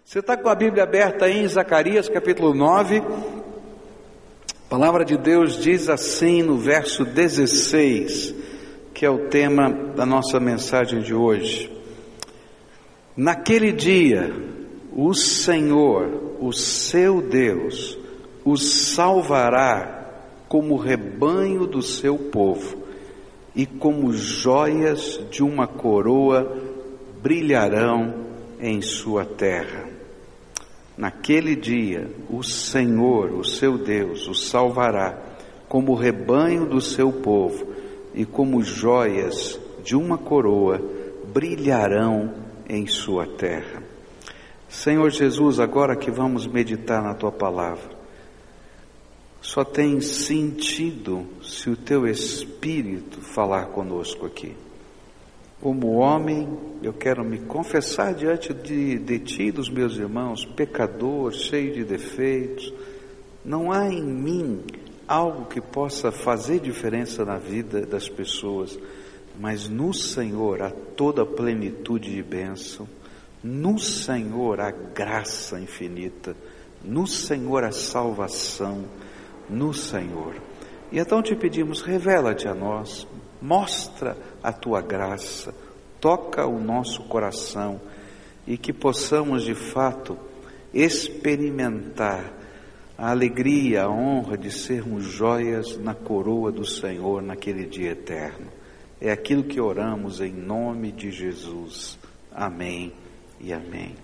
Você está com a Bíblia aberta aí em Zacarias capítulo 9, a palavra de Deus diz assim no verso 16, que é o tema da nossa mensagem de hoje. Naquele dia, o Senhor, o seu Deus, os salvará como rebanho do seu povo, e como joias de uma coroa brilharão em sua terra. Naquele dia, o Senhor, o seu Deus, os salvará como rebanho do seu povo, e como joias de uma coroa brilharão em sua terra. Senhor Jesus, agora que vamos meditar na tua palavra, só tem sentido se o teu Espírito falar conosco aqui. Como homem, eu quero me confessar diante de ti e dos meus irmãos, pecador, cheio de defeitos. Não há em mim algo que possa fazer diferença na vida das pessoas, mas no Senhor há toda a plenitude de bênção, no Senhor há graça infinita, no Senhor há salvação, no Senhor. E então te pedimos, revela-te a nós, mostra a tua graça, toca o nosso coração e que possamos de fato experimentar a alegria, a honra de sermos joias na coroa do Senhor naquele dia eterno. É aquilo que oramos em nome de Jesus. Amém e amém.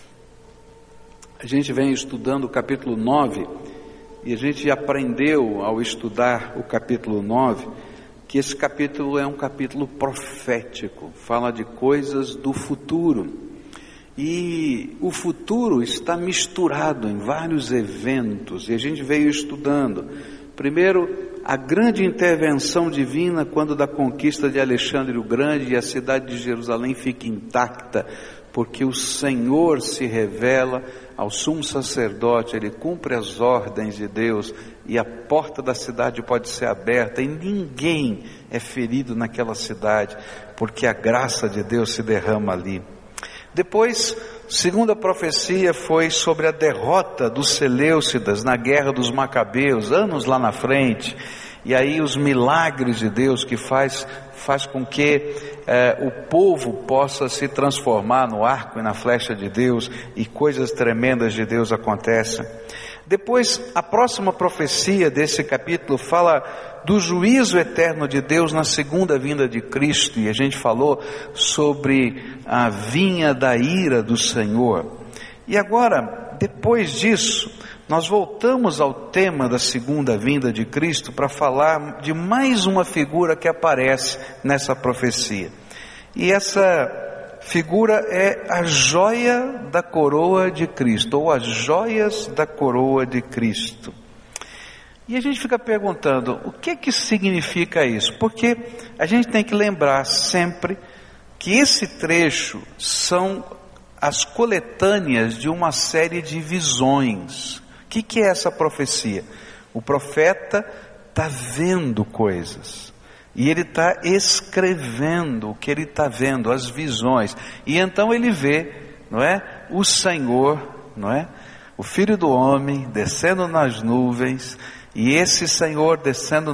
A gente vem estudando o capítulo 9 e a gente aprendeu ao estudar o capítulo 9 que esse capítulo é um capítulo profético, fala de coisas do futuro. E o futuro está misturado em vários eventos, e a gente veio estudando. Primeiro, a grande intervenção divina quando da conquista de Alexandre o Grande, e a cidade de Jerusalém fica intacta, porque o Senhor se revela ao sumo sacerdote, ele cumpre as ordens de Deus, e a porta da cidade pode ser aberta, e ninguém é ferido naquela cidade, porque a graça de Deus se derrama ali. Depois, segunda profecia foi sobre a derrota dos Seleucidas na guerra dos Macabeus, anos lá na frente, e aí os milagres de Deus que faz com que o povo possa se transformar no arco e na flecha de Deus, e coisas tremendas de Deus acontecem. Depois, a próxima profecia desse capítulo fala do juízo eterno de Deus na segunda vinda de Cristo, e a gente falou sobre a vinha da ira do Senhor. E agora, depois disso, nós voltamos ao tema da segunda vinda de Cristo para falar de mais uma figura que aparece nessa profecia. E essa figura é a joia da coroa de Cristo, ou as joias da coroa de Cristo. E a gente fica perguntando, o que significa isso? Porque a gente tem que lembrar sempre que esse trecho são as coletâneas de uma série de visões. O que é essa profecia? O profeta está vendo coisas, e ele está escrevendo o que ele está vendo, as visões, e então ele vê, não é? O Senhor, não é? O Filho do Homem descendo nas nuvens, e esse Senhor descendo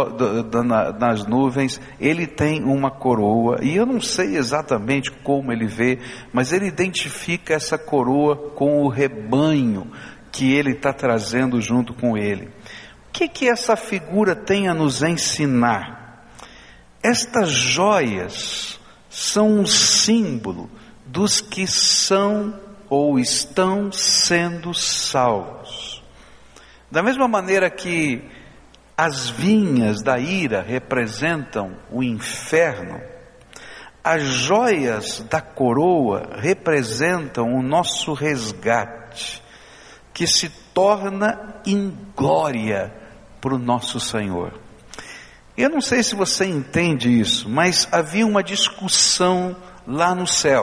nas nuvens, ele tem uma coroa, e eu não sei exatamente como ele vê, mas ele identifica essa coroa com o rebanho que ele está trazendo junto com ele. O que essa figura tem a nos ensinar? Estas joias são um símbolo dos que são ou estão sendo salvos. Da mesma maneira que as vinhas da ira representam o inferno, as joias da coroa representam o nosso resgate, que se torna em glória para o nosso Senhor. Eu não sei se você entende isso, mas havia uma discussão lá no céu.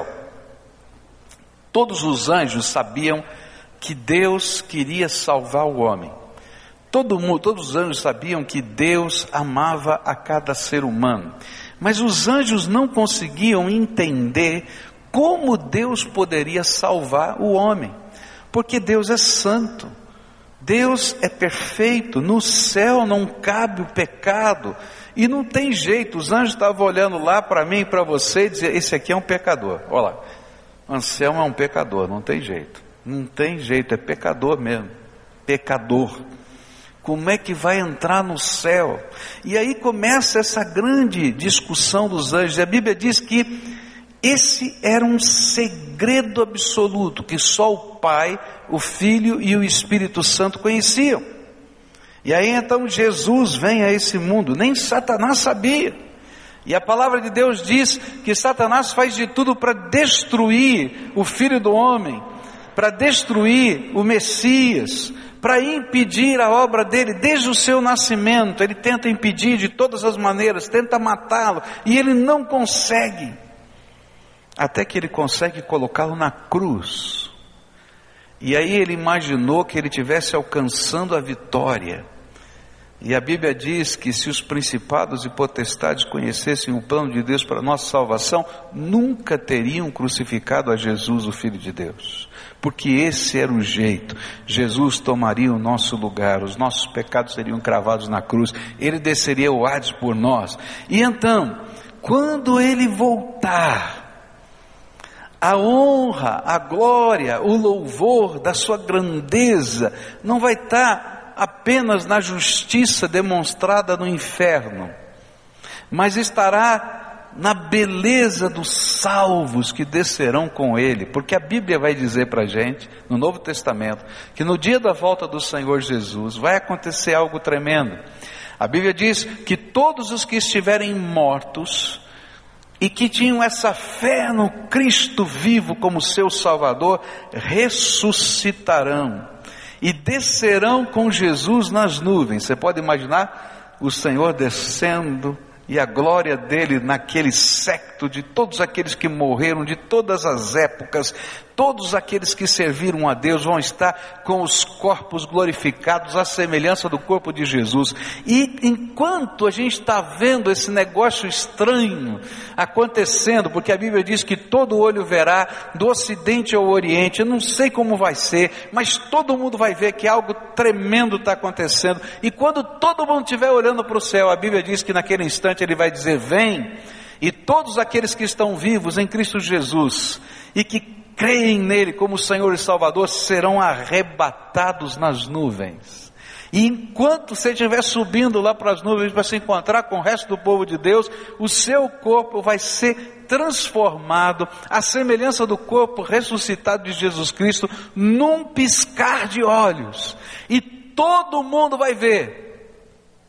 Todos os anjos sabiam que Deus queria salvar o homem. Todos os anjos sabiam que Deus amava a cada ser humano. Mas os anjos não conseguiam entender como Deus poderia salvar o homem? Porque Deus é santo, Deus é perfeito, no céu não cabe o pecado, e não tem jeito. Os anjos estavam olhando lá para mim e para você e diziam: esse aqui é um pecador. Olha lá, Anselmo é um pecador, não tem jeito, não tem jeito, é pecador mesmo, pecador. Como é que vai entrar no céu? E aí começa essa grande discussão dos anjos. A Bíblia diz que esse era um segredo absoluto, que só o Pai, o Filho e o Espírito Santo conheciam. E aí então Jesus vem a esse mundo, nem Satanás sabia. E a palavra de Deus diz que Satanás faz de tudo para destruir o Filho do Homem, para destruir o Messias, para impedir a obra dele desde o seu nascimento. Ele tenta impedir de todas as maneiras, tenta matá-lo, e ele não consegue, até que ele consegue colocá-lo na cruz. E aí ele imaginou que ele estivesse alcançando a vitória. E a Bíblia diz que se os principados e potestades conhecessem o plano de Deus para a nossa salvação, nunca teriam crucificado a Jesus, o Filho de Deus. Porque esse era o jeito. Jesus tomaria o nosso lugar, os nossos pecados seriam cravados na cruz, ele desceria o Hades por nós. E então, quando ele voltar, a honra, a glória, o louvor da sua grandeza não vai estar apenas na justiça demonstrada no inferno, mas estará na beleza dos salvos que descerão com ele. Porque a Bíblia vai dizer para a gente, no Novo Testamento, que no dia da volta do Senhor Jesus vai acontecer algo tremendo. A Bíblia diz que todos os que estiverem mortos e que tinham essa fé no Cristo vivo como seu Salvador, ressuscitarão e descerão com Jesus nas nuvens. Você pode imaginar o Senhor descendo e a glória dele naquele séquito de todos aqueles que morreram, de todas as épocas, todos aqueles que serviram a Deus vão estar com os corpos glorificados à semelhança do corpo de Jesus. E enquanto a gente está vendo esse negócio estranho acontecendo, porque a Bíblia diz que todo olho verá, do ocidente ao oriente, eu não sei como vai ser, mas todo mundo vai ver que algo tremendo está acontecendo. E quando todo mundo estiver olhando para o céu, a Bíblia diz que naquele instante ele vai dizer: vem, e todos aqueles que estão vivos em Cristo Jesus e que creem nele como Senhor e Salvador serão arrebatados nas nuvens. E enquanto você estiver subindo lá para as nuvens para se encontrar com o resto do povo de Deus, o seu corpo vai ser transformado à semelhança do corpo ressuscitado de Jesus Cristo num piscar de olhos, e todo mundo vai ver.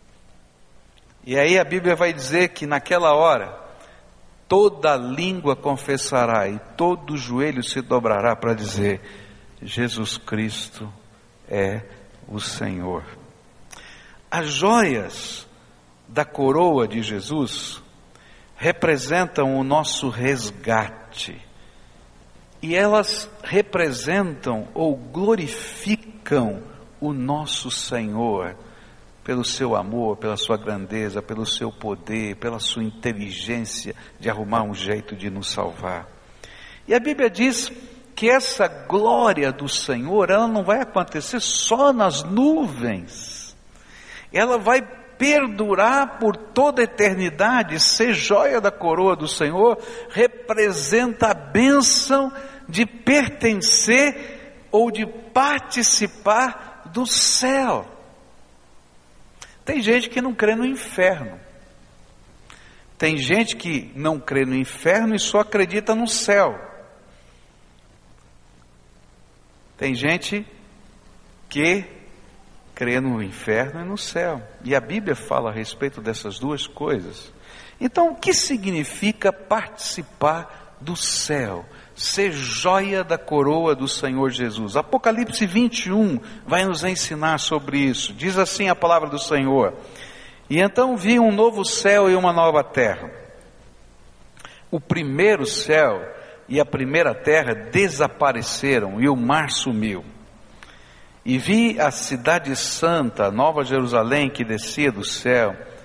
E aí a Bíblia vai dizer que naquela hora toda língua confessará e todo joelho se dobrará para dizer: Jesus Cristo é o Senhor. As joias da coroa de Jesus representam o nosso resgate, e elas representam ou glorificam o nosso Senhor, pelo seu amor, pela sua grandeza, pelo seu poder, pela sua inteligência de arrumar um jeito de nos salvar. E a Bíblia diz que essa glória do Senhor, ela não vai acontecer só nas nuvens, ela vai perdurar por toda a eternidade. Ser joia da coroa do Senhor representa a bênção de pertencer ou de participar do céu. Tem gente que não crê no inferno. Tem gente que não crê no inferno e só acredita no céu. Tem gente que crê no inferno e no céu. E a Bíblia fala a respeito dessas duas coisas. Então, o que significa participar do céu? Ser joia da coroa do Senhor Jesus. Apocalipse 21 vai nos ensinar sobre isso. Diz assim a palavra do Senhor: e então vi um novo céu e uma nova terra. O primeiro céu e a primeira terra desapareceram e o mar sumiu. E vi a cidade santa, a Nova Jerusalém, que descia do céu.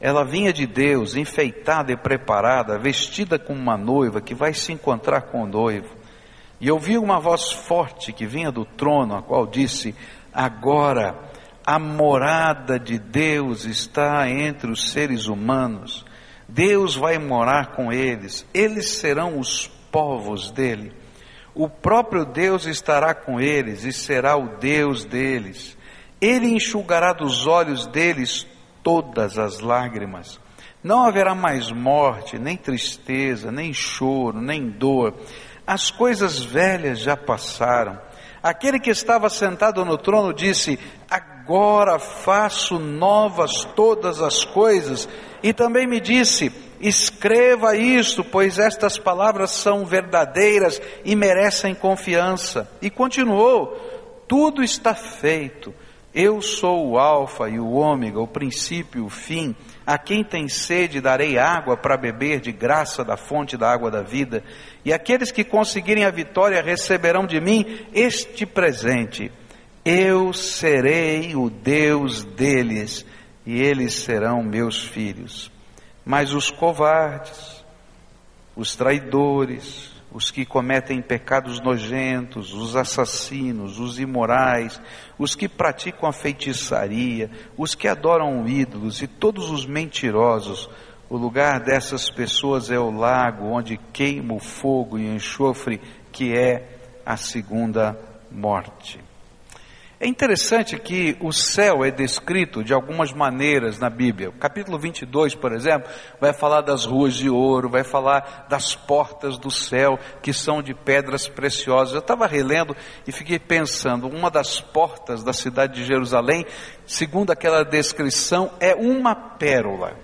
Ela vinha de Deus, enfeitada e preparada, vestida como uma noiva que vai se encontrar com o noivo. E ouvi uma voz forte que vinha do trono, a qual disse: agora a morada de Deus está entre os seres humanos. Deus vai morar com eles, eles serão os povos dele. O próprio Deus estará com eles e será o Deus deles. Ele enxugará dos olhos deles todas as lágrimas. Não haverá mais morte, nem tristeza, nem choro, nem dor. As coisas velhas já passaram. Aquele que estava sentado no trono disse: agora faço novas todas as coisas. E também me disse: escreva isto, pois estas palavras são verdadeiras e merecem confiança. E continuou: tudo está feito. Eu sou o Alfa e o Ômega, o princípio e o fim. A quem tem sede darei água para beber de graça da fonte da água da vida. E aqueles que conseguirem a vitória receberão de mim este presente: eu serei o Deus deles e eles serão meus filhos. Mas os covardes, os traidores, os que cometem pecados nojentos, os assassinos, os imorais, os que praticam a feitiçaria, os que adoram ídolos e todos os mentirosos, o lugar dessas pessoas é o lago onde queima o fogo e o enxofre, que é a segunda morte. É interessante que o céu é descrito de algumas maneiras na Bíblia. O capítulo 22, por exemplo, vai falar das ruas de ouro, vai falar das portas do céu, que são de pedras preciosas. Eu estava relendo e fiquei pensando, uma das portas da cidade de Jerusalém, segundo aquela descrição, é uma pérola.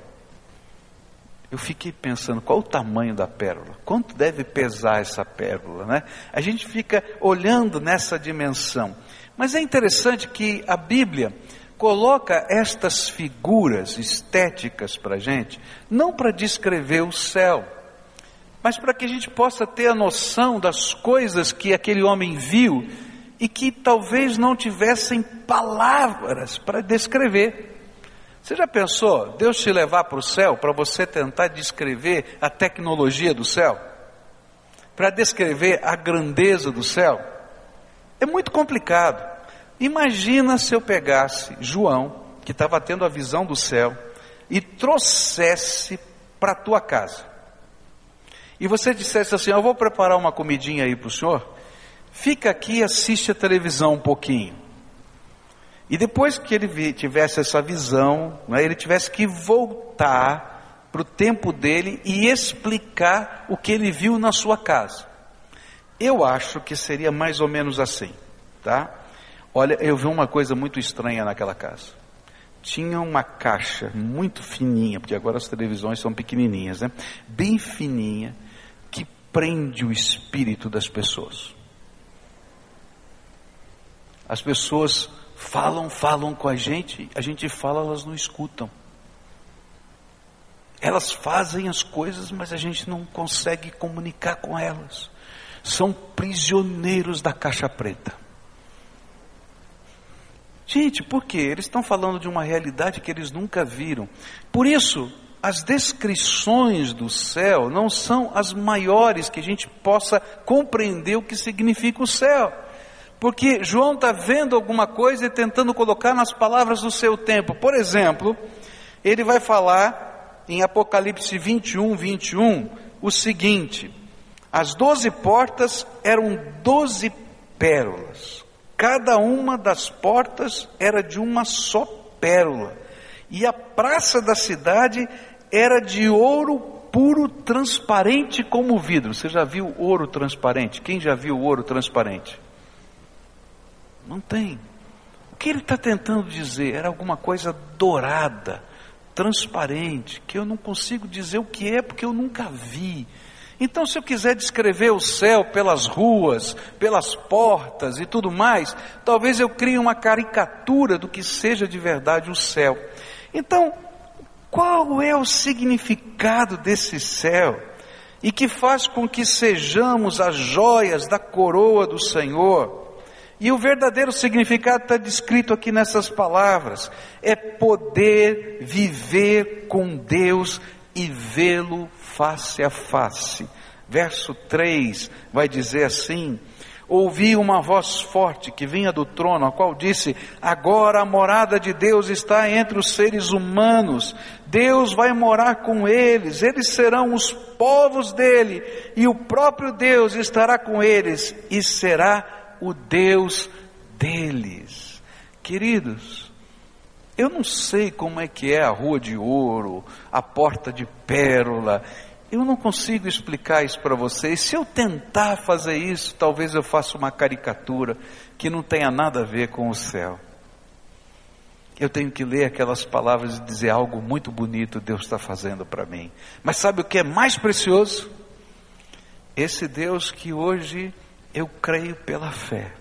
Eu fiquei pensando, qual o tamanho da pérola? Quanto deve pesar essa pérola, né? A gente fica olhando nessa dimensão. Mas é interessante que a Bíblia coloca estas figuras estéticas para a gente, não para descrever o céu, mas para que a gente possa ter a noção das coisas que aquele homem viu e que talvez não tivessem palavras para descrever. Você já pensou, Deus te levar para o céu para você tentar descrever a tecnologia do céu? Para descrever a grandeza do céu? É muito complicado. Imagina se eu pegasse João, que estava tendo a visão do céu, e trouxesse para a tua casa. E você dissesse assim: eu vou preparar uma comidinha aí para o senhor, fica aqui e assiste a televisão um pouquinho. E depois que ele tivesse essa visão, né, ele tivesse que voltar para o tempo dele e explicar o que ele viu na sua casa. Eu acho que seria mais ou menos assim, tá? Olha, eu vi uma coisa muito estranha naquela casa. Tinha uma caixa muito fininha, porque agora as televisões são pequenininhas, né? Bem fininha, que prende o espírito das pessoas. As pessoas falam com a gente fala, elas não escutam. Elas fazem as coisas, mas a gente não consegue comunicar com elas. São prisioneiros da caixa preta. Gente, por quê? Eles estão falando de uma realidade que eles nunca viram. Por isso, as descrições do céu não são as maiores que a gente possa compreender o que significa o céu. Porque João está vendo alguma coisa e tentando colocar nas palavras do seu tempo. Por exemplo, ele vai falar em Apocalipse 21, o seguinte: as 12 portas eram 12 pérolas. Cada uma das portas era de uma só pérola. E a praça da cidade era de ouro puro, transparente como vidro. Você já viu ouro transparente? Quem já viu ouro transparente? Não tem. O que ele está tentando dizer? Era alguma coisa dourada, transparente, que eu não consigo dizer o que é, porque eu nunca vi. Então, se eu quiser descrever o céu pelas ruas, pelas portas e tudo mais, talvez eu crie uma caricatura do que seja de verdade o céu. Então, qual é o significado desse céu? E que faz com que sejamos as joias da coroa do Senhor? E o verdadeiro significado está descrito aqui nessas palavras: é poder viver com Deus e vê-lo face a face. Verso 3 vai dizer assim: ouvi uma voz forte que vinha do trono, a qual disse: agora a morada de Deus está entre os seres humanos, Deus vai morar com eles, eles serão os povos dele, e o próprio Deus estará com eles, e será o Deus deles. Queridos, eu não sei como é que é a rua de ouro, a porta de pérola, eu não consigo explicar isso para vocês. Se eu tentar fazer isso, talvez eu faça uma caricatura que não tenha nada a ver com o céu. Eu tenho que ler aquelas palavras e dizer: algo muito bonito Deus está fazendo para mim. Mas sabe o que é mais precioso? Esse Deus que hoje eu creio pela fé.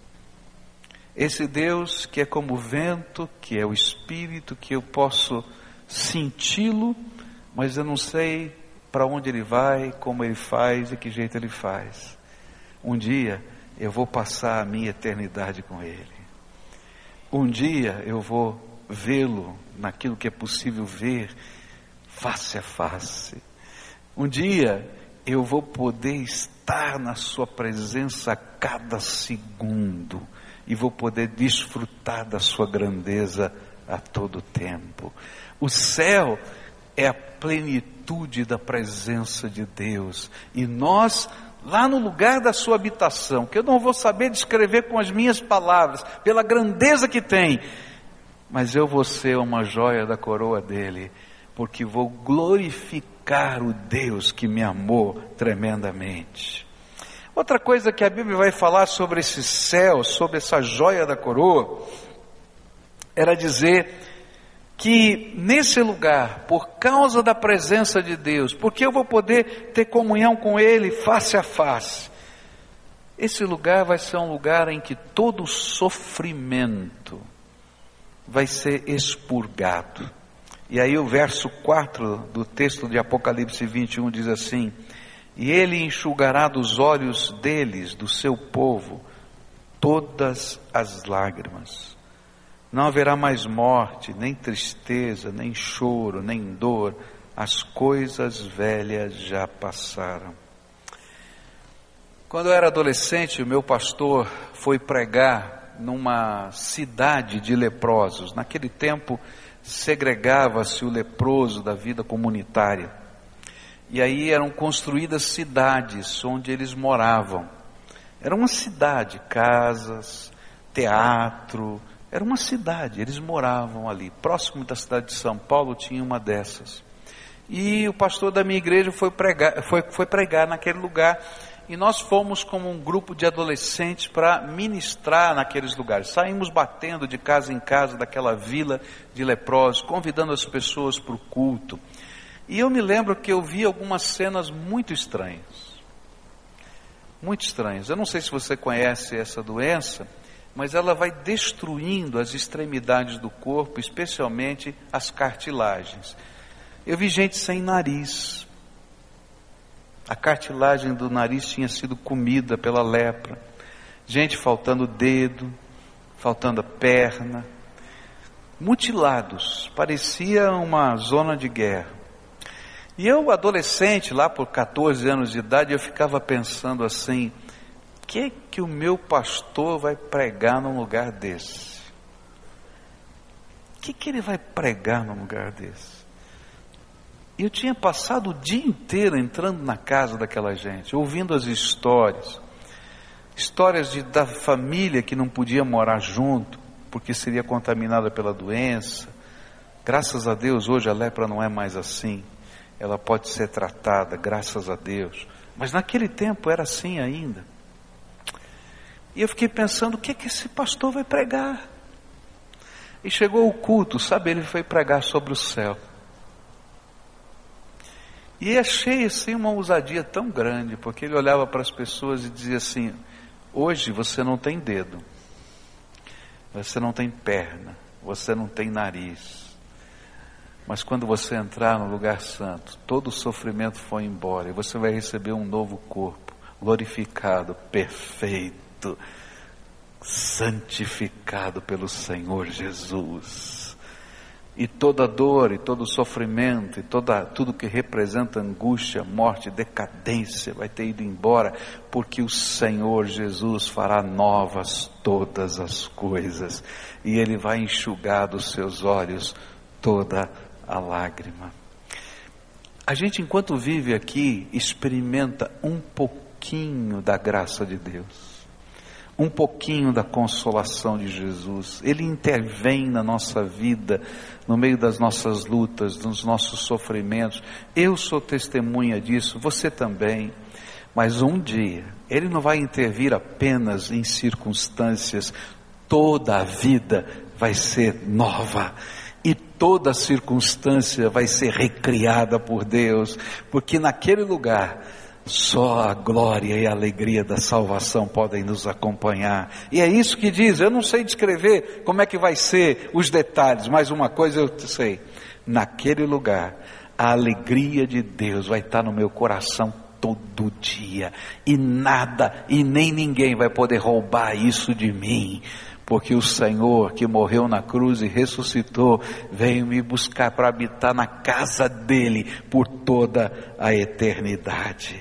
Esse Deus que é como o vento, que é o Espírito, que eu posso senti-lo, mas eu não sei para onde ele vai, como ele faz e que jeito ele faz. Um dia eu vou passar a minha eternidade com ele. Um dia eu vou vê-lo naquilo que é possível ver, face a face. Um dia eu vou poder estar na sua presença a cada segundo, e vou poder desfrutar da sua grandeza a todo tempo. O céu é a plenitude da presença de Deus, e nós, lá no lugar da sua habitação, que eu não vou saber descrever com as minhas palavras, pela grandeza que tem, mas eu vou ser uma joia da coroa dele, porque vou glorificar o Deus que me amou tremendamente. Outra coisa que a Bíblia vai falar sobre esse céu, sobre essa joia da coroa, era dizer que nesse lugar, por causa da presença de Deus, porque eu vou poder ter comunhão com Ele face a face, esse lugar vai ser um lugar em que todo sofrimento vai ser expurgado. E aí o verso 4 do texto de Apocalipse 21 diz assim: e ele enxugará dos olhos deles, do seu povo, todas as lágrimas. Não haverá mais morte, nem tristeza, nem choro, nem dor. As coisas velhas já passaram. Quando eu era adolescente, o meu pastor foi pregar numa cidade de leprosos. Naquele tempo, segregava-se o leproso da vida comunitária. E aí eram construídas cidades onde eles moravam. Era uma cidade, casas, teatro, era uma cidade, eles moravam ali. Próximo da cidade de São Paulo tinha uma dessas. E o pastor da minha igreja foi pregar naquele lugar. E nós fomos como um grupo de adolescentes para ministrar naqueles lugares. Saímos batendo de casa em casa daquela vila de leprosos, convidando as pessoas para o culto. E eu me lembro que eu vi algumas cenas muito estranhas. Muito estranhas. Eu não sei se você conhece essa doença, mas ela vai destruindo as extremidades do corpo, especialmente as cartilagens. Eu vi gente sem nariz. A cartilagem do nariz tinha sido comida pela lepra. Gente faltando dedo, faltando a perna. Mutilados, parecia uma zona de guerra. E eu, adolescente, lá por 14 anos de idade, eu ficava pensando assim: o que o meu pastor vai pregar num lugar desse? O que ele vai pregar num lugar desse? Eu tinha passado o dia inteiro entrando na casa daquela gente, ouvindo as histórias da família que não podia morar junto, porque seria contaminada pela doença. Graças a Deus, hoje a lepra não é mais assim, ela pode ser tratada, graças a Deus, mas naquele tempo era assim ainda. E eu fiquei pensando: o que esse pastor vai pregar? E chegou o culto, sabe, ele foi pregar sobre o céu. E achei assim uma ousadia tão grande, porque ele olhava para as pessoas e dizia assim: hoje você não tem dedo, você não tem perna, você não tem nariz, mas quando você entrar no lugar santo, todo o sofrimento foi embora, e você vai receber um novo corpo, glorificado, perfeito. santificado pelo Senhor Jesus. E toda dor, e todo sofrimento, e tudo que representa angústia, morte, decadência, vai ter ido embora, porque o Senhor Jesus fará novas todas as coisas, e Ele vai enxugar dos seus olhos toda a lágrima. A gente, enquanto vive aqui, experimenta um pouquinho da graça de Deus, um pouquinho da consolação de Jesus. Ele intervém na nossa vida, no meio das nossas lutas, dos nossos sofrimentos. Eu sou testemunha disso, você também. Mas um dia, Ele não vai intervir apenas em circunstâncias, toda a vida vai ser nova. E toda circunstância vai ser recriada por Deus, porque naquele lugar, só a glória e a alegria da salvação podem nos acompanhar. E é isso que diz. Eu não sei descrever como é que vai ser os detalhes, mas uma coisa eu sei: naquele lugar a alegria de Deus vai estar no meu coração todo dia, e nada e nem ninguém vai poder roubar isso de mim, porque o Senhor que morreu na cruz e ressuscitou veio me buscar para habitar na casa dele por toda a eternidade.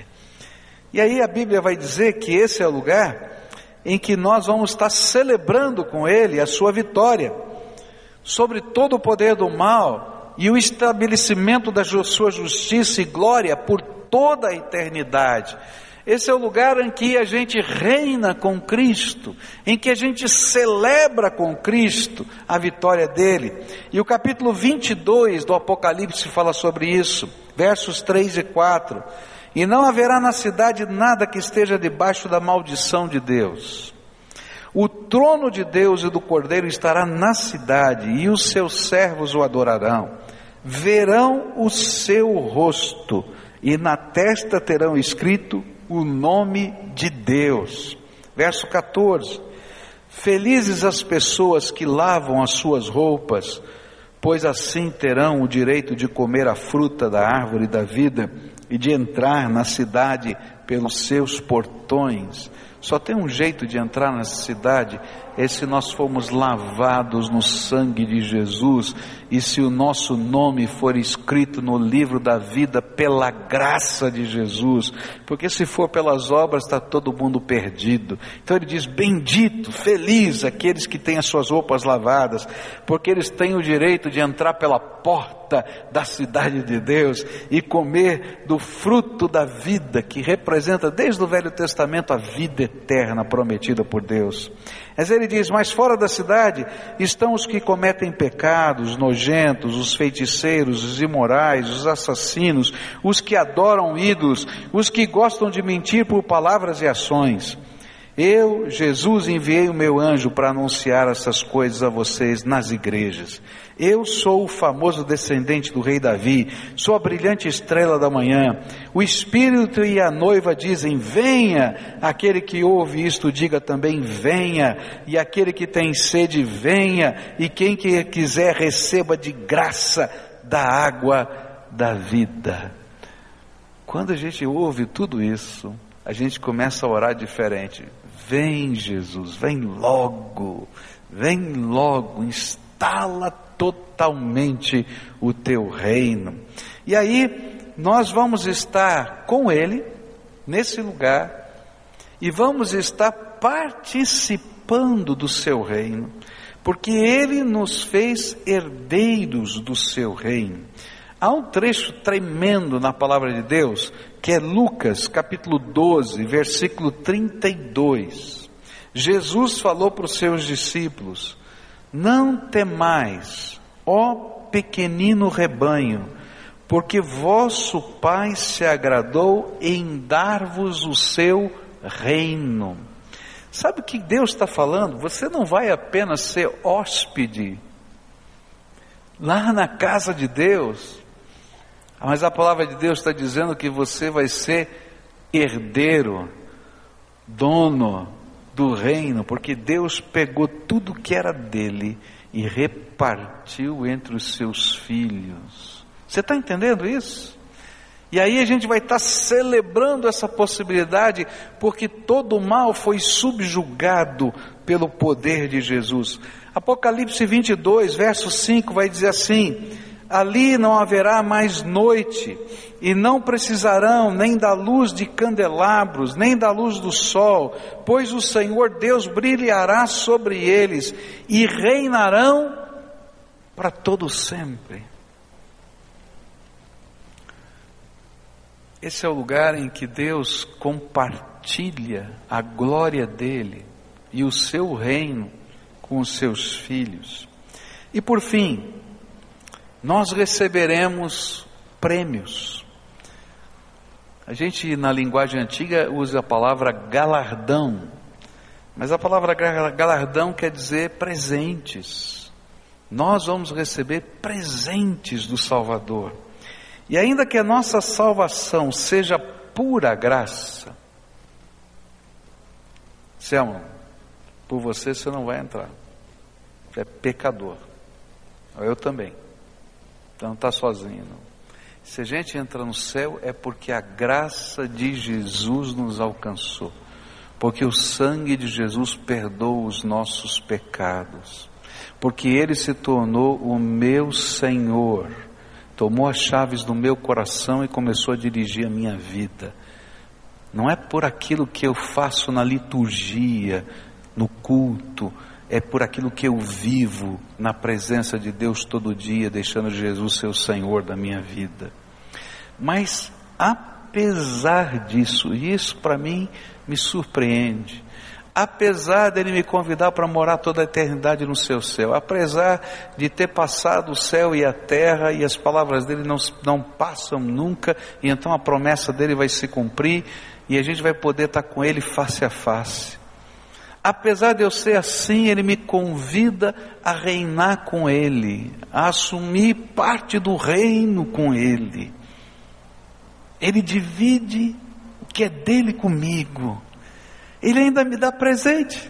E aí a Bíblia vai dizer que esse é o lugar em que nós vamos estar celebrando com Ele a sua vitória sobre todo o poder do mal e o estabelecimento da sua justiça e glória por toda a eternidade. Esse é o lugar em que a gente reina com Cristo, em que a gente celebra com Cristo a vitória dele. E o capítulo 22 do Apocalipse fala sobre isso, versos 3 e 4. E não haverá na cidade nada que esteja debaixo da maldição de Deus. O trono de Deus e do Cordeiro estará na cidade, e os seus servos o adorarão. Verão o seu rosto, e na testa terão escrito o nome de Deus. Verso 14. Felizes as pessoas que lavam as suas roupas, pois assim terão o direito de comer a fruta da árvore da vida e de entrar na cidade pelos seus portões. Só tem um jeito de entrar nessa cidade, é se nós formos lavados no sangue de Jesus, e se o nosso nome for escrito no livro da vida pela graça de Jesus, porque se for pelas obras está todo mundo perdido. Então ele diz: bendito, feliz aqueles que têm as suas roupas lavadas, porque eles têm o direito de entrar pela porta da cidade de Deus e comer do fruto da vida, que representa desde o Velho Testamento a vida eterna prometida por Deus. Mas ele diz: mas fora da cidade estão os que cometem pecados nojentos, os feiticeiros, os imorais, os assassinos, os que adoram ídolos, os que gostam de mentir por palavras e ações. Eu, Jesus, enviei o meu anjo para anunciar essas coisas a vocês nas igrejas. Eu sou o famoso descendente do rei Davi, sou a brilhante estrela da manhã. O Espírito e a noiva dizem: venha. Aquele que ouve isto diga também: venha. E aquele que tem sede, venha. E quem que quiser, receba de graça da água da vida. Quando a gente ouve tudo isso, a gente começa a orar diferente. Vem, Jesus, vem logo, instala totalmente o teu reino. E aí nós vamos estar com Ele nesse lugar e vamos estar participando do seu reino, porque Ele nos fez herdeiros do seu reino. Há um trecho tremendo na palavra de Deus, que é Lucas capítulo 12, versículo 32. Jesus falou para os seus discípulos: não temais, ó pequenino rebanho, porque vosso Pai se agradou em dar-vos o seu reino. Sabe o que Deus está falando? Você não vai apenas ser hóspede lá na casa de Deus, mas a palavra de Deus está dizendo que você vai ser herdeiro, dono do reino, porque Deus pegou tudo que era dele e repartiu entre os seus filhos. Você está entendendo isso? E aí a gente vai estar celebrando essa possibilidade, porque todo o mal foi subjugado pelo poder de Jesus. Apocalipse 22, verso 5 vai dizer assim: ali não haverá mais noite, e não precisarão nem da luz de candelabros, nem da luz do sol, pois o Senhor Deus brilhará sobre eles, e reinarão para todo sempre. Esse é o lugar em que Deus compartilha a glória dele e o seu reino com os seus filhos. E por fim, nós receberemos prêmios. A gente, na linguagem antiga, usa a palavra galardão, mas a palavra galardão quer dizer presentes. Nós vamos receber presentes do Salvador. E ainda que a nossa salvação seja pura graça, Selma, por você não vai entrar. Você é pecador. Eu também. Então não está sozinho, não. Se a gente entra no céu é porque a graça de Jesus nos alcançou. Porque o sangue de Jesus perdoa os nossos pecados. Porque Ele se tornou o meu Senhor. Tomou as chaves do meu coração e começou a dirigir a minha vida. Não é por aquilo que eu faço na liturgia, no culto, é por aquilo que eu vivo na presença de Deus todo dia, deixando Jesus ser o Senhor da minha vida. Mas apesar disso, e isso para mim me surpreende, apesar dele me convidar para morar toda a eternidade no seu céu, apesar de ter passado o céu e a terra, e as palavras dele não passam nunca, e então a promessa dele vai se cumprir, e a gente vai poder estar com ele face a face. Apesar de eu ser assim, ele me convida a reinar com ele, a assumir parte do reino com ele. Ele divide o que é dele comigo. Ele ainda me dá presente.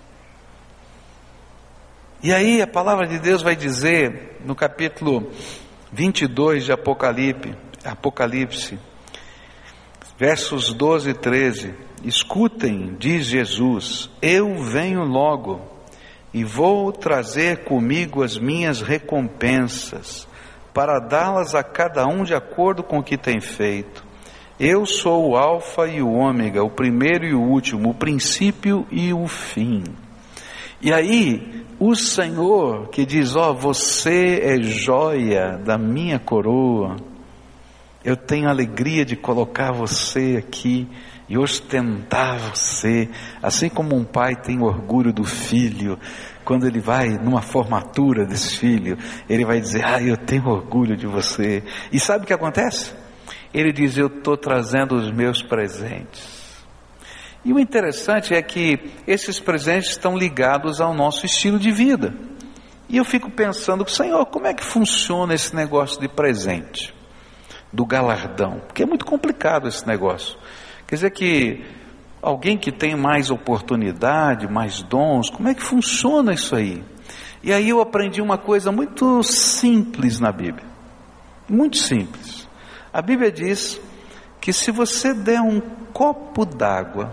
E aí a palavra de Deus vai dizer, no capítulo 22 de Apocalipse, versos 12 e 13, escutem, diz Jesus, eu venho logo, e vou trazer comigo as minhas recompensas, para dá-las a cada um de acordo com o que tem feito. Eu sou o Alfa e o Ômega, o primeiro e o último, o princípio e o fim. E aí, o Senhor que diz, você é joia da minha coroa, eu tenho alegria de colocar você aqui e ostentar você, assim como um pai tem orgulho do filho, quando ele vai numa formatura desse filho, ele vai dizer, eu tenho orgulho de você. E sabe o que acontece? Ele diz, eu estou trazendo os meus presentes. E o interessante é que esses presentes estão ligados ao nosso estilo de vida. E eu fico pensando, Senhor, como é que funciona esse negócio de presente? Do galardão? Porque é muito complicado esse negócio. Quer dizer que alguém que tem mais oportunidade, mais dons, como é que funciona isso aí? E aí eu aprendi uma coisa muito simples na Bíblia. Muito simples. A Bíblia diz que se você der um copo d'água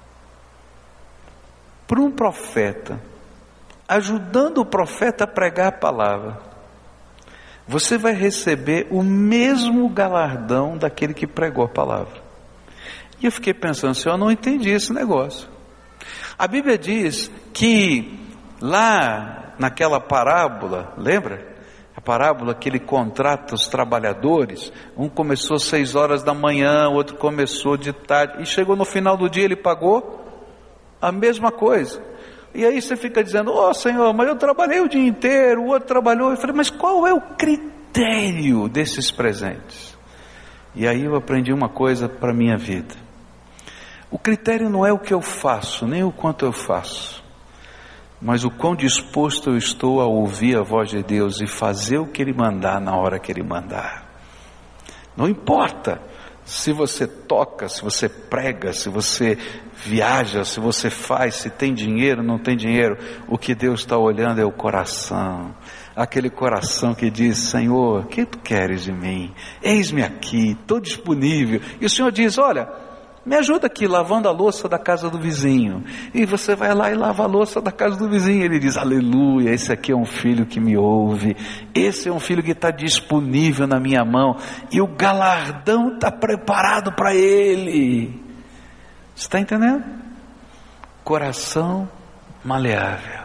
para um profeta, ajudando o profeta a pregar a palavra, você vai receber o mesmo galardão daquele que pregou a palavra. E eu fiquei pensando, Senhor, eu não entendi esse negócio. A Bíblia diz que lá naquela parábola, lembra? A parábola que ele contrata os trabalhadores, um começou às 6 horas da manhã, o outro começou de tarde, e chegou no final do dia ele pagou a mesma coisa. E aí você fica dizendo, Senhor, mas eu trabalhei o dia inteiro, o outro trabalhou. Eu falei, mas qual é o critério desses presentes? E aí eu aprendi uma coisa para a minha vida. O critério não é o que eu faço, nem o quanto eu faço, mas o quão disposto eu estou a ouvir a voz de Deus e fazer o que Ele mandar na hora que Ele mandar. Não importa se você toca, se você prega, se você viaja, se você faz, se tem dinheiro, não tem dinheiro, o que Deus está olhando é o coração. aquele coração que diz: Senhor, o que tu queres de mim? Eis-me aqui, estou disponível. E o Senhor diz: olha, me ajuda aqui lavando a louça da casa do vizinho. E você vai lá e lava a louça da casa do vizinho. Ele diz: aleluia, esse aqui é um filho que me ouve, esse é um filho que está disponível na minha mão, e o galardão está preparado para ele. Você está entendendo? Coração maleável.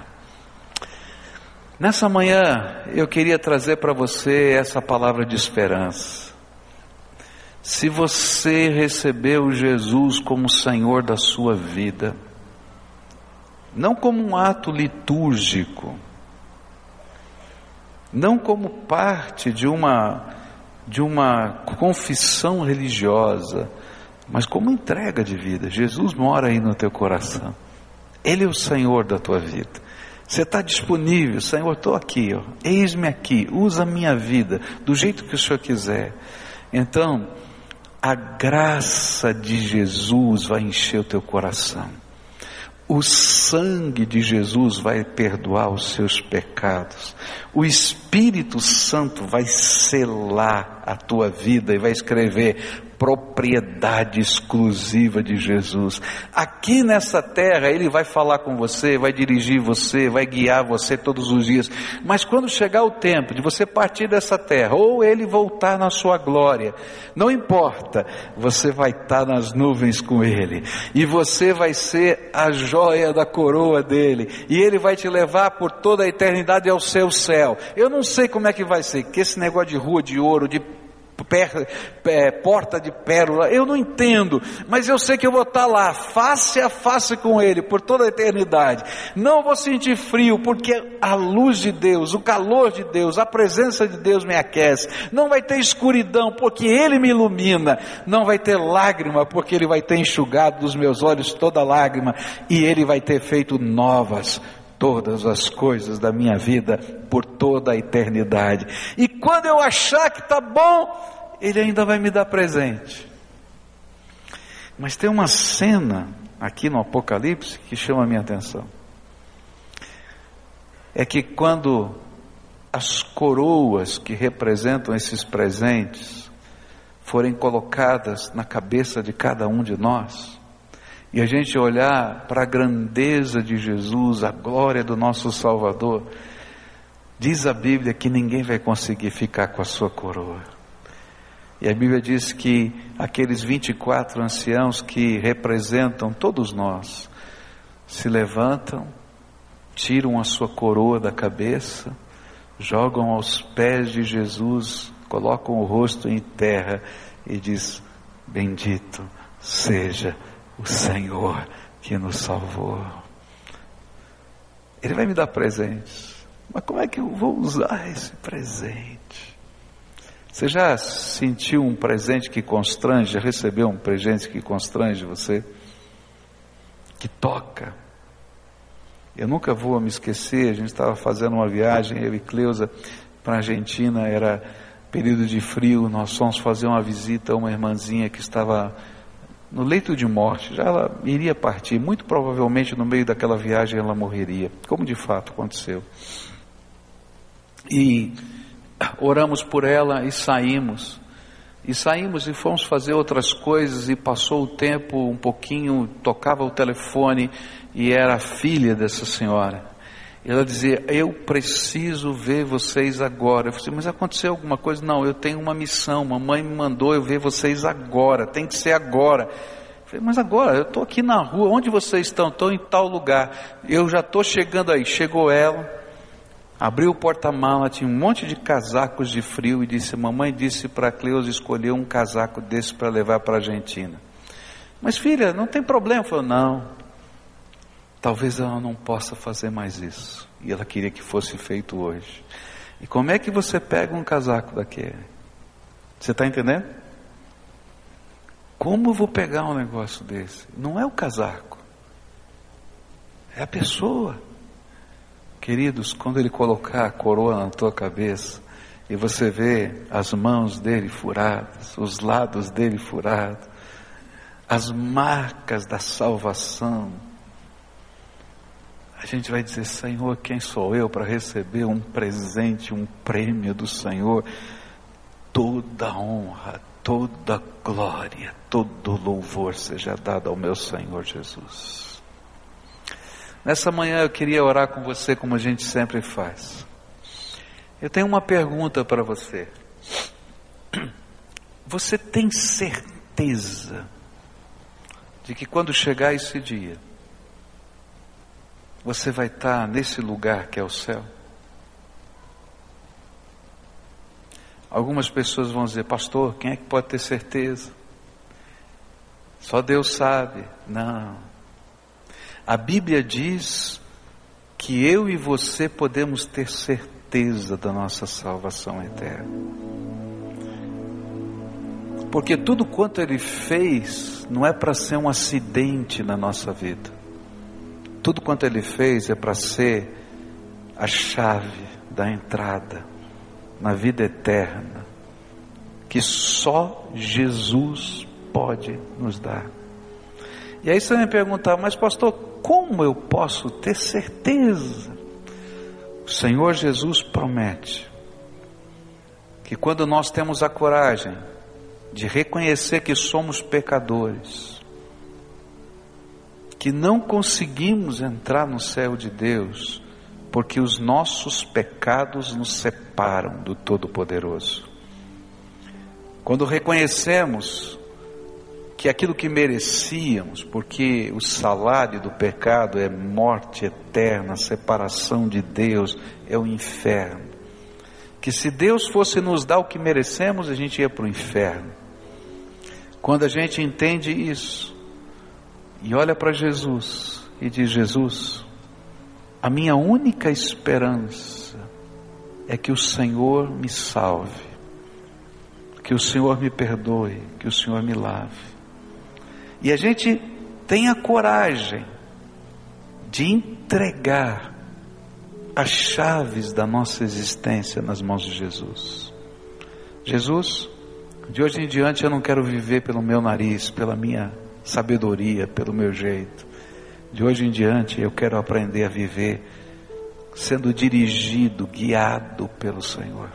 Nessa manhã eu queria trazer para você essa palavra de esperança. Se você recebeu Jesus como Senhor da sua vida, não como um ato litúrgico, não como parte de uma confissão religiosa, mas como entrega de vida, Jesus mora aí no teu coração, Ele é o Senhor da tua vida. Você está disponível: Senhor, estou aqui, eis-me aqui, usa a minha vida do jeito que o Senhor quiser. Então, a graça de Jesus vai encher o teu coração, o sangue de Jesus vai perdoar os seus pecados, o Espírito Santo vai selar a tua vida e vai escrever: propriedade exclusiva de Jesus. Aqui nessa terra Ele vai falar com você, vai dirigir você, vai guiar você todos os dias. Mas quando chegar o tempo de você partir dessa terra, ou Ele voltar na sua glória, não importa, você vai estar nas nuvens com Ele, e você vai ser a joia da coroa dele, e Ele vai te levar por toda a eternidade ao seu céu. Eu não sei como é que vai ser, que esse negócio de rua de ouro, de porta de pérola, eu não entendo, mas eu sei que eu vou estar lá, face a face com Ele, por toda a eternidade. Não vou sentir frio, porque a luz de Deus, o calor de Deus, a presença de Deus me aquece. Não vai ter escuridão, porque Ele me ilumina. Não vai ter lágrima, porque Ele vai ter enxugado dos meus olhos toda lágrima, e Ele vai ter feito novas todas as coisas da minha vida por toda a eternidade. E quando eu achar que está bom, Ele ainda vai me dar presente. Mas tem uma cena aqui no Apocalipse que chama a minha atenção. É que quando as coroas que representam esses presentes forem colocadas na cabeça de cada um de nós, e a gente olhar para a grandeza de Jesus, a glória do nosso Salvador, diz a Bíblia que ninguém vai conseguir ficar com a sua coroa. E a Bíblia diz que aqueles 24 anciãos que representam todos nós, se levantam, tiram a sua coroa da cabeça, jogam aos pés de Jesus, colocam o rosto em terra e diz: bendito seja o Senhor que nos salvou. Ele vai me dar presentes, mas como é que eu vou usar esse presente? Você já sentiu um presente que constrange? Já recebeu um presente que constrange você? Que toca? Eu nunca vou me esquecer, a gente estava fazendo uma viagem, eu e Cleusa, para a Argentina, era período de frio, nós fomos fazer uma visita a uma irmãzinha que estava no leito de morte, já ela iria partir, muito provavelmente no meio daquela viagem ela morreria, como de fato aconteceu. E oramos por ela e saímos e fomos fazer outras coisas, e passou o tempo um pouquinho, tocava o telefone e era a filha dessa senhora. E ela dizia: eu preciso ver vocês agora. Eu falei: mas aconteceu alguma coisa? Não, eu tenho uma missão, mamãe me mandou eu ver vocês agora, tem que ser agora. Eu falei: mas agora? Eu estou aqui na rua, onde vocês estão? Estou em tal lugar, eu já estou chegando aí. Chegou ela, abriu o porta-mala, tinha um monte de casacos de frio e disse: mamãe disse para a Cleusa escolher um casaco desse para levar para a Argentina. Mas filha, não tem problema. Eu falei: não, talvez ela não possa fazer mais isso, e ela queria que fosse feito hoje. E como é que você pega um casaco daquele? Você está entendendo? Como eu vou pegar um negócio desse? Não é o casaco, é a pessoa. Queridos, quando Ele colocar a coroa na tua cabeça, e você vê as mãos dele furadas, os lados dele furados, as marcas da salvação, a gente vai dizer: Senhor, quem sou eu para receber um presente, um prêmio do Senhor? Toda honra, toda glória, todo louvor seja dado ao meu Senhor Jesus. Nessa manhã eu queria orar com você como a gente sempre faz. Eu tenho uma pergunta para você. Você tem certeza de que quando chegar esse dia, você vai estar nesse lugar que é o céu? Algumas pessoas vão dizer: pastor, quem é que pode ter certeza? Só Deus sabe. Não. A Bíblia diz que eu e você podemos ter certeza da nossa salvação eterna. Porque tudo quanto Ele fez não é para ser um acidente na nossa vida. Tudo quanto Ele fez é para ser a chave da entrada na vida eterna, que só Jesus pode nos dar. E aí você vai me perguntar: mas pastor, como eu posso ter certeza? O Senhor Jesus promete que quando nós temos a coragem de reconhecer que somos pecadores, que não conseguimos entrar no céu de Deus, porque os nossos pecados nos separam do Todo-Poderoso. Quando reconhecemos que aquilo que merecíamos, porque o salário do pecado é morte eterna, separação de Deus, é o inferno, que se Deus fosse nos dar o que merecemos, a gente ia para o inferno. Quando a gente entende isso, e olha para Jesus, e diz: Jesus, a minha única esperança é que o Senhor me salve, que o Senhor me perdoe, que o Senhor me lave. E a gente tem a coragem de entregar as chaves da nossa existência nas mãos de Jesus. Jesus, de hoje em diante eu não quero viver pelo meu nariz, pela minha sabedoria, pelo meu jeito. De hoje em diante eu quero aprender a viver sendo dirigido, guiado pelo Senhor.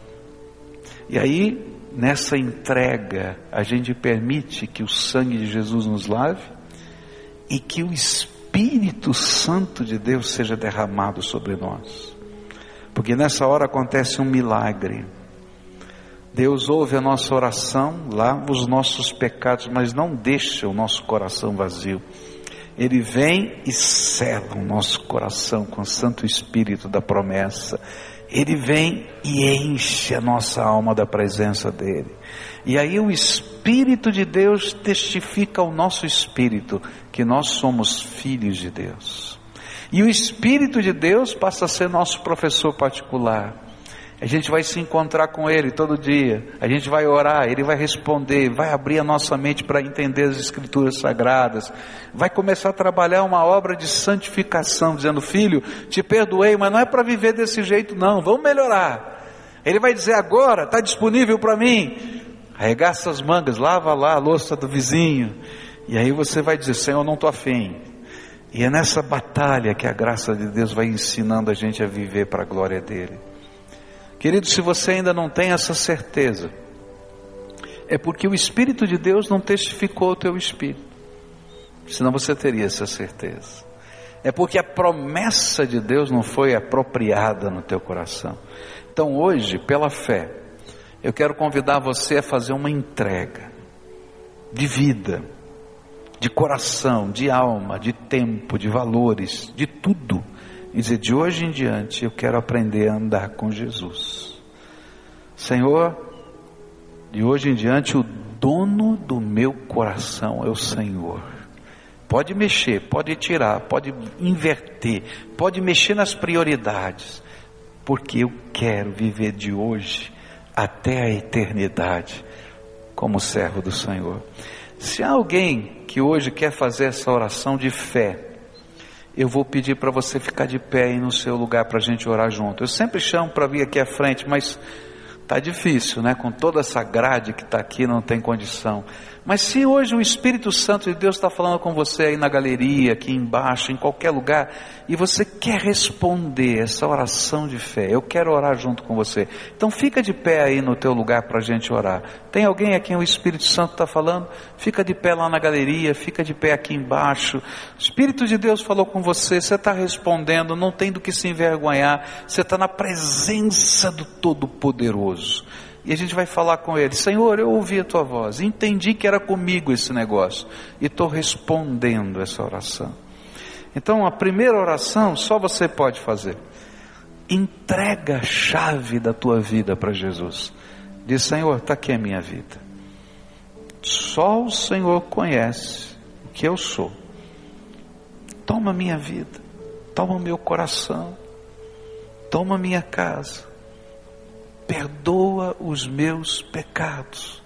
E aí, nessa entrega, a gente permite que o sangue de Jesus nos lave e que o Espírito Santo de Deus seja derramado sobre nós. Porque nessa hora acontece um milagre. Deus ouve a nossa oração, lava os nossos pecados, mas não deixa o nosso coração vazio. Ele vem e sela o nosso coração com o Santo Espírito da promessa. Ele vem e enche a nossa alma da presença dEle. E aí o Espírito de Deus testifica ao nosso espírito que nós somos filhos de Deus. E o Espírito de Deus passa a ser nosso professor particular. A gente vai se encontrar com Ele todo dia, a gente vai orar, Ele vai responder, vai abrir a nossa mente para entender as Escrituras Sagradas, vai começar a trabalhar uma obra de santificação, dizendo: filho, te perdoei, mas não é para viver desse jeito não, vamos melhorar. Ele vai dizer: agora está disponível para mim, arregaça as mangas, lava lá a louça do vizinho, e aí você vai dizer: Senhor, não estou afim. E é nessa batalha que a graça de Deus vai ensinando a gente a viver para a glória dEle. Querido, se você ainda não tem essa certeza, é porque o Espírito de Deus não testificou o teu espírito, senão você teria essa certeza. É porque a promessa de Deus não foi apropriada no teu coração. Então hoje, pela fé, eu quero convidar você a fazer uma entrega de vida, de coração, de alma, de tempo, de valores, de tudo. E dizer: de hoje em diante eu quero aprender a andar com Jesus. Senhor, de hoje em diante o dono do meu coração é o Senhor. Pode mexer, pode tirar, pode inverter, pode mexer nas prioridades, porque eu quero viver de hoje até a eternidade como servo do Senhor. Se há alguém que hoje quer fazer essa oração de fé, eu vou pedir para você ficar de pé aí no seu lugar para a gente orar junto. Eu sempre chamo para vir aqui à frente, mas está difícil, né? Com toda essa grade que está aqui, não tem condição. Mas se hoje o Espírito Santo de Deus está falando com você aí na galeria, aqui embaixo, em qualquer lugar, e você quer responder essa oração de fé, eu quero orar junto com você. Então fica de pé aí no teu lugar para a gente orar. Tem alguém a quem o Espírito Santo está falando? Fica de pé lá na galeria, fica de pé aqui embaixo. O Espírito de Deus falou com você, você está respondendo, não tem do que se envergonhar, você está na presença do Todo-Poderoso. E a gente vai falar com ele: Senhor, eu ouvi a tua voz, entendi que era comigo esse negócio, e estou respondendo essa oração. Então a primeira oração só você pode fazer. Entrega a chave da tua vida para Jesus. Diz: Senhor, está aqui a minha vida. Só o Senhor conhece o que eu sou. Toma a minha vida, toma o meu coração, toma a minha casa. Perdoa os meus pecados,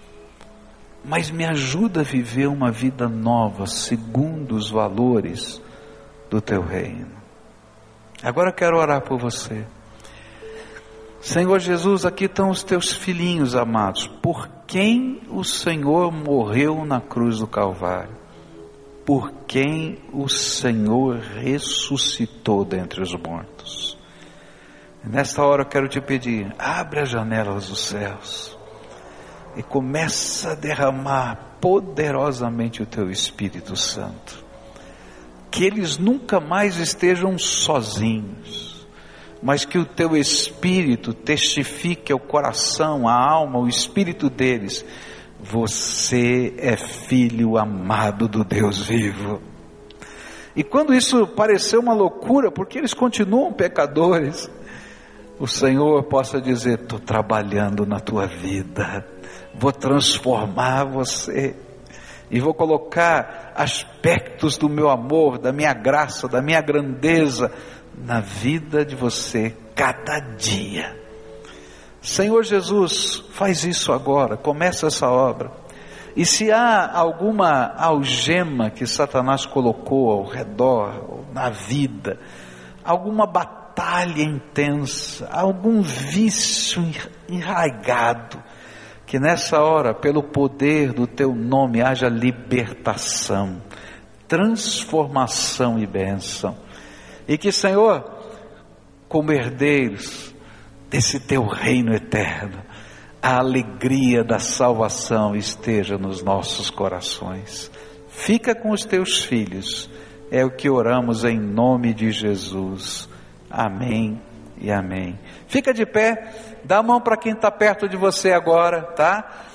mas me ajuda a viver uma vida nova, segundo os valores do teu reino. Agora eu quero orar por você. Senhor Jesus, aqui estão os teus filhinhos amados, por quem o Senhor morreu na cruz do Calvário, por quem o Senhor ressuscitou dentre os mortos. Nesta hora eu quero te pedir: abre as janelas dos céus e começa a derramar poderosamente o teu Espírito Santo, que eles nunca mais estejam sozinhos, mas que o teu Espírito testifique ao coração, à alma, o espírito deles: você é filho amado do Deus vivo. E quando isso pareceu uma loucura, porque eles continuam pecadores, o Senhor possa dizer: estou trabalhando na tua vida, vou transformar você, e vou colocar aspectos do meu amor, da minha graça, da minha grandeza na vida de você cada dia. Senhor Jesus, faz isso agora, começa essa obra. E se há alguma algema que Satanás colocou ao redor, na vida, alguma batalha intensa, algum vício enraigado, que nessa hora, pelo poder do teu nome, haja libertação, transformação e bênção. E que, Senhor, como herdeiros desse teu reino eterno, a alegria da salvação esteja nos nossos corações. Fica com os teus filhos, é o que oramos em nome de Jesus. Amém e amém. Fica de pé, dá a mão para quem está perto de você agora, tá?